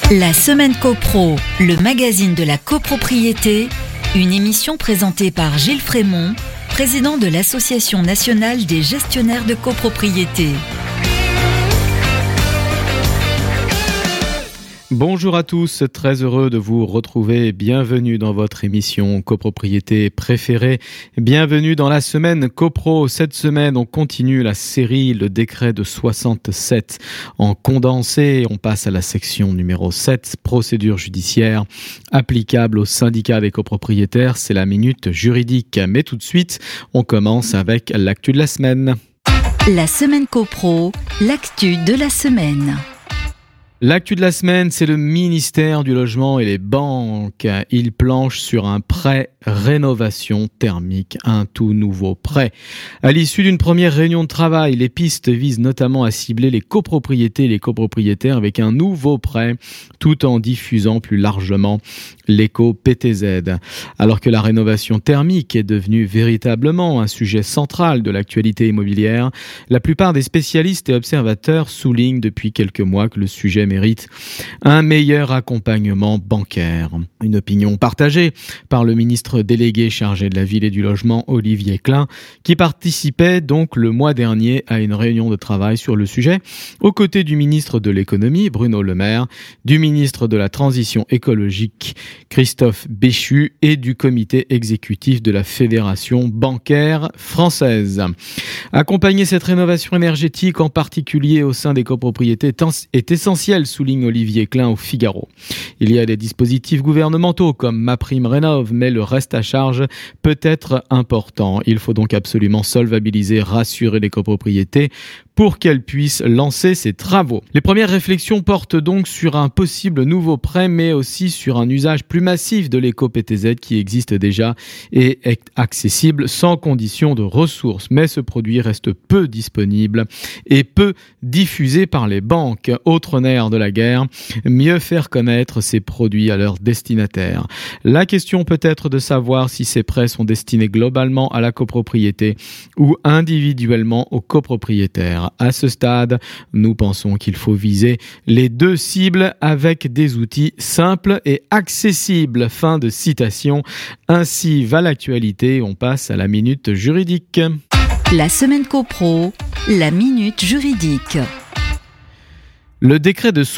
La semaine copro, le magazine de la copropriété, une émission présentée par Gilles Frémont, président de l'Association nationale des gestionnaires de copropriété. Bonjour à tous, très heureux de vous retrouver. Bienvenue dans votre émission copropriété préférée. Bienvenue dans la semaine copro. Cette semaine, on continue la série Le décret de 67 en condensé. On passe à la section numéro 7, procédure judiciaire applicable aux syndicats des copropriétaires. C'est la minute juridique. Mais tout de suite, on commence avec l'actu de la semaine. La semaine copro, l'actu de la semaine. L'actu de la semaine, c'est le ministère du Logement et les banques. Ils planchent sur un prêt rénovation thermique, un tout nouveau prêt. À l'issue d'une première réunion de travail, les pistes visent notamment à cibler les copropriétés et les copropriétaires avec un nouveau prêt, tout en diffusant plus largement l'éco-PTZ. Alors que la rénovation thermique est devenue véritablement un sujet central de l'actualité immobilière, la plupart des spécialistes et observateurs soulignent depuis quelques mois que le sujet mérite un meilleur accompagnement bancaire. Une opinion partagée par le ministre délégué chargé de la ville et du logement, Olivier Klein, qui participait donc le mois dernier à une réunion de travail sur le sujet, aux côtés du ministre de l'économie, Bruno Le Maire, du ministre de la transition écologique, Christophe Béchu, et du comité exécutif de la Fédération bancaire française. Accompagner cette rénovation énergétique, en particulier au sein des copropriétés, est essentiel, souligne Olivier Klein au Figaro. Il y a des dispositifs gouvernementaux comme MaPrimeRénov', mais le reste à charge peut être important. Il faut donc absolument solvabiliser, rassurer les copropriétés pour qu'elles puissent lancer ces travaux. Les premières réflexions portent donc sur un possible nouveau prêt, mais aussi sur un usage plus massif de l'éco-PTZ qui existe déjà et est accessible sans condition de ressources. Mais ce produit reste peu disponible et peu diffusé par les banques. Autre nerf de la guerre, mieux faire connaître ces produits à leurs destinataires. La question peut être de savoir si ces prêts sont destinés globalement à la copropriété ou individuellement aux copropriétaires. À ce stade, nous pensons qu'il faut viser les deux cibles avec des outils simples et accessibles. Fin de citation. Ainsi va l'actualité. On passe à la minute juridique. La semaine copro, la minute juridique. Le décret de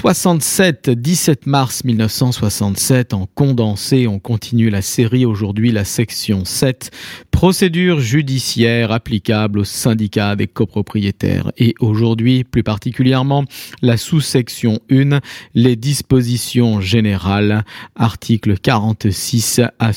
17 mars 1967 en condensé, on continue la série aujourd'hui, la section 7, procédure judiciaire applicable aux syndicats des copropriétaires. Et aujourd'hui, plus particulièrement, la sous-section 1, les dispositions générales, articles 46 à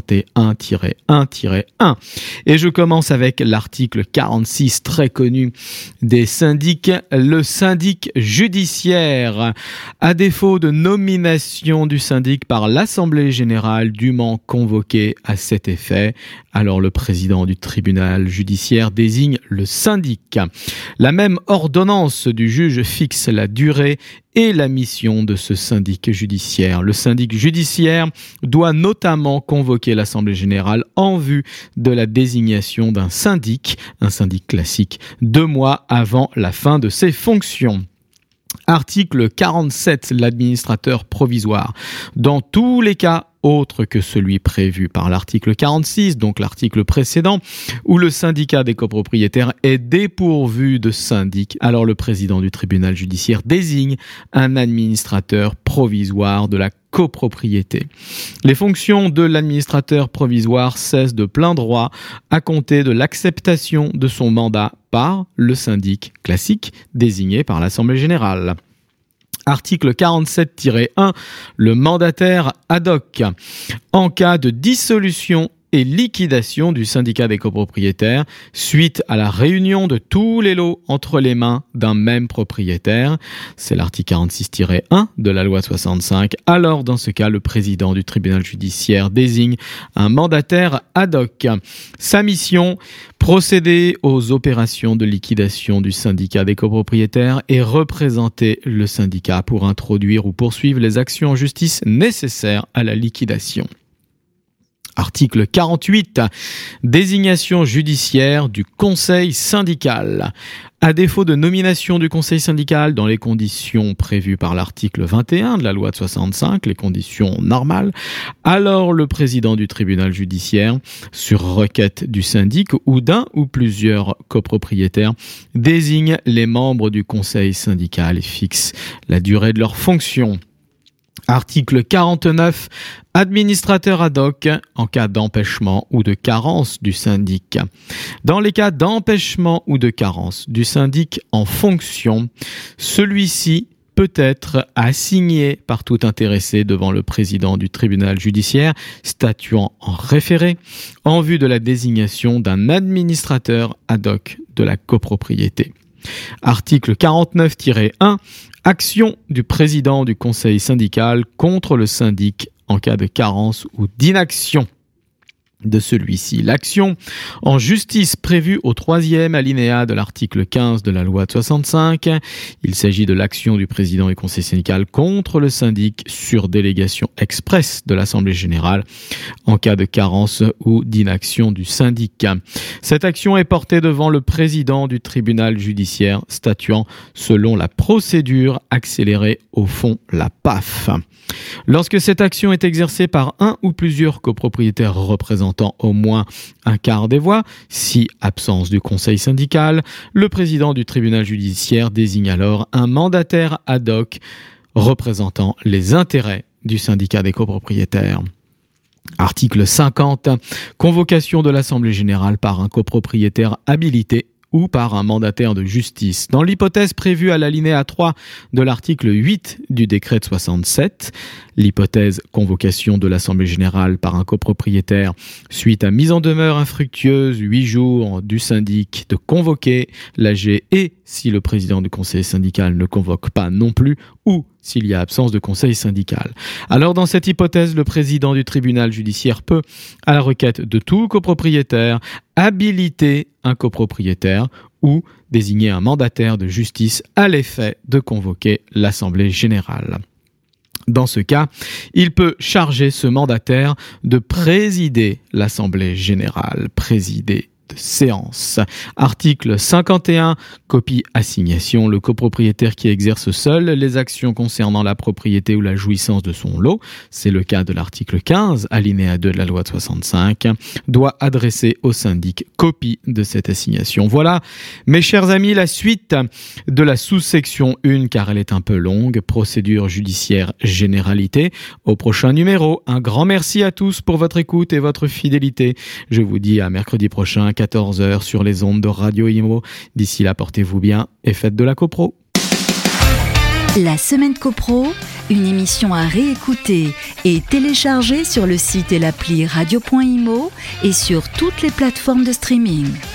61-1-1. Et je commence avec l'article 46, très connu des syndics, le syndic judiciaire. À défaut de nomination du syndic par l'Assemblée générale dûment convoquée à cet effet, alors le président du tribunal judiciaire désigne le syndic. La même ordonnance du juge fixe la durée et la mission de ce syndic judiciaire. Le syndic judiciaire doit notamment convoquer l'Assemblée générale en vue de la désignation d'un syndic, un syndic classique, 2 mois avant la fin de ses fonctions. Article 47, l'administrateur provisoire. Dans tous les cas autres que celui prévu par l'article 46, donc l'article précédent, où le syndicat des copropriétaires est dépourvu de syndic, alors le président du tribunal judiciaire désigne un administrateur provisoire de la copropriété. Les fonctions de l'administrateur provisoire cessent de plein droit à compter de l'acceptation de son mandat par le syndic classique désigné par l'Assemblée générale. Article 47-1, le mandataire ad hoc. En cas de dissolution et liquidation du syndicat des copropriétaires suite à la réunion de tous les lots entre les mains d'un même propriétaire. C'est l'article 46-1 de la loi 65. Alors, dans ce cas, le président du tribunal judiciaire désigne un mandataire ad hoc. Sa mission, procéder aux opérations de liquidation du syndicat des copropriétaires et représenter le syndicat pour introduire ou poursuivre les actions en justice nécessaires à la liquidation. Article 48, désignation judiciaire du conseil syndical. À défaut de nomination du conseil syndical dans les conditions prévues par l'article 21 de la loi de 65, les conditions normales, alors le président du tribunal judiciaire, sur requête du syndic ou d'un ou plusieurs copropriétaires, désigne les membres du conseil syndical et fixe la durée de leur fonction. Article 49, administrateur ad hoc en cas d'empêchement ou de carence du syndic. Dans les cas d'empêchement ou de carence du syndic en fonction, celui-ci peut être assigné par tout intéressé devant le président du tribunal judiciaire statuant en référé en vue de la désignation d'un administrateur ad hoc de la copropriété. Article 49-1, action du président du conseil syndical contre le syndic en cas de carence ou d'inaction de celui-ci. L'action en justice prévue au 3e alinéa de l'article 15 de la loi de 65. Il s'agit de l'action du président du conseil syndical contre le syndic sur délégation expresse de l'Assemblée générale en cas de carence ou d'inaction du syndic. Cette action est portée devant le président du tribunal judiciaire statuant selon la procédure accélérée au fond, la PAF. Lorsque cette action est exercée par un ou plusieurs copropriétaires représentant au moins un quart des voix, si absence du conseil syndical, le président du tribunal judiciaire désigne alors un mandataire ad hoc représentant les intérêts du syndicat des copropriétaires. Article 50, convocation de l'Assemblée générale par un copropriétaire habilité ou par un mandataire de justice. Dans l'hypothèse prévue à l'alinéa 3 de l'article 8 du décret de 67, l'hypothèse convocation de l'Assemblée générale par un copropriétaire suite à mise en demeure infructueuse 8 jours du syndic de convoquer l'AG et si le président du conseil syndical ne convoque pas non plus ou s'il y a absence de conseil syndical. Alors dans cette hypothèse, le président du tribunal judiciaire peut, à la requête de tout copropriétaire, habiliter un copropriétaire ou désigner un mandataire de justice à l'effet de convoquer l'Assemblée générale. Dans ce cas, il peut charger ce mandataire de présider l'Assemblée générale, présider de séance. Article 51, copie assignation. Le copropriétaire qui exerce seul les actions concernant la propriété ou la jouissance de son lot, c'est le cas de l'article 15, alinéa 2 de la loi de 65, doit adresser au syndic copie de cette assignation. Voilà, mes chers amis, la suite de la sous-section 1, car elle est un peu longue, procédure judiciaire généralité. Au prochain numéro, un grand merci à tous pour votre écoute et votre fidélité. Je vous dis à mercredi prochain, 14h sur les ondes de Radio Imo. D'ici là, portez-vous bien et faites de la copro. La Semaine Copro, une émission à réécouter et télécharger sur le site et l'appli radio.imo et sur toutes les plateformes de streaming.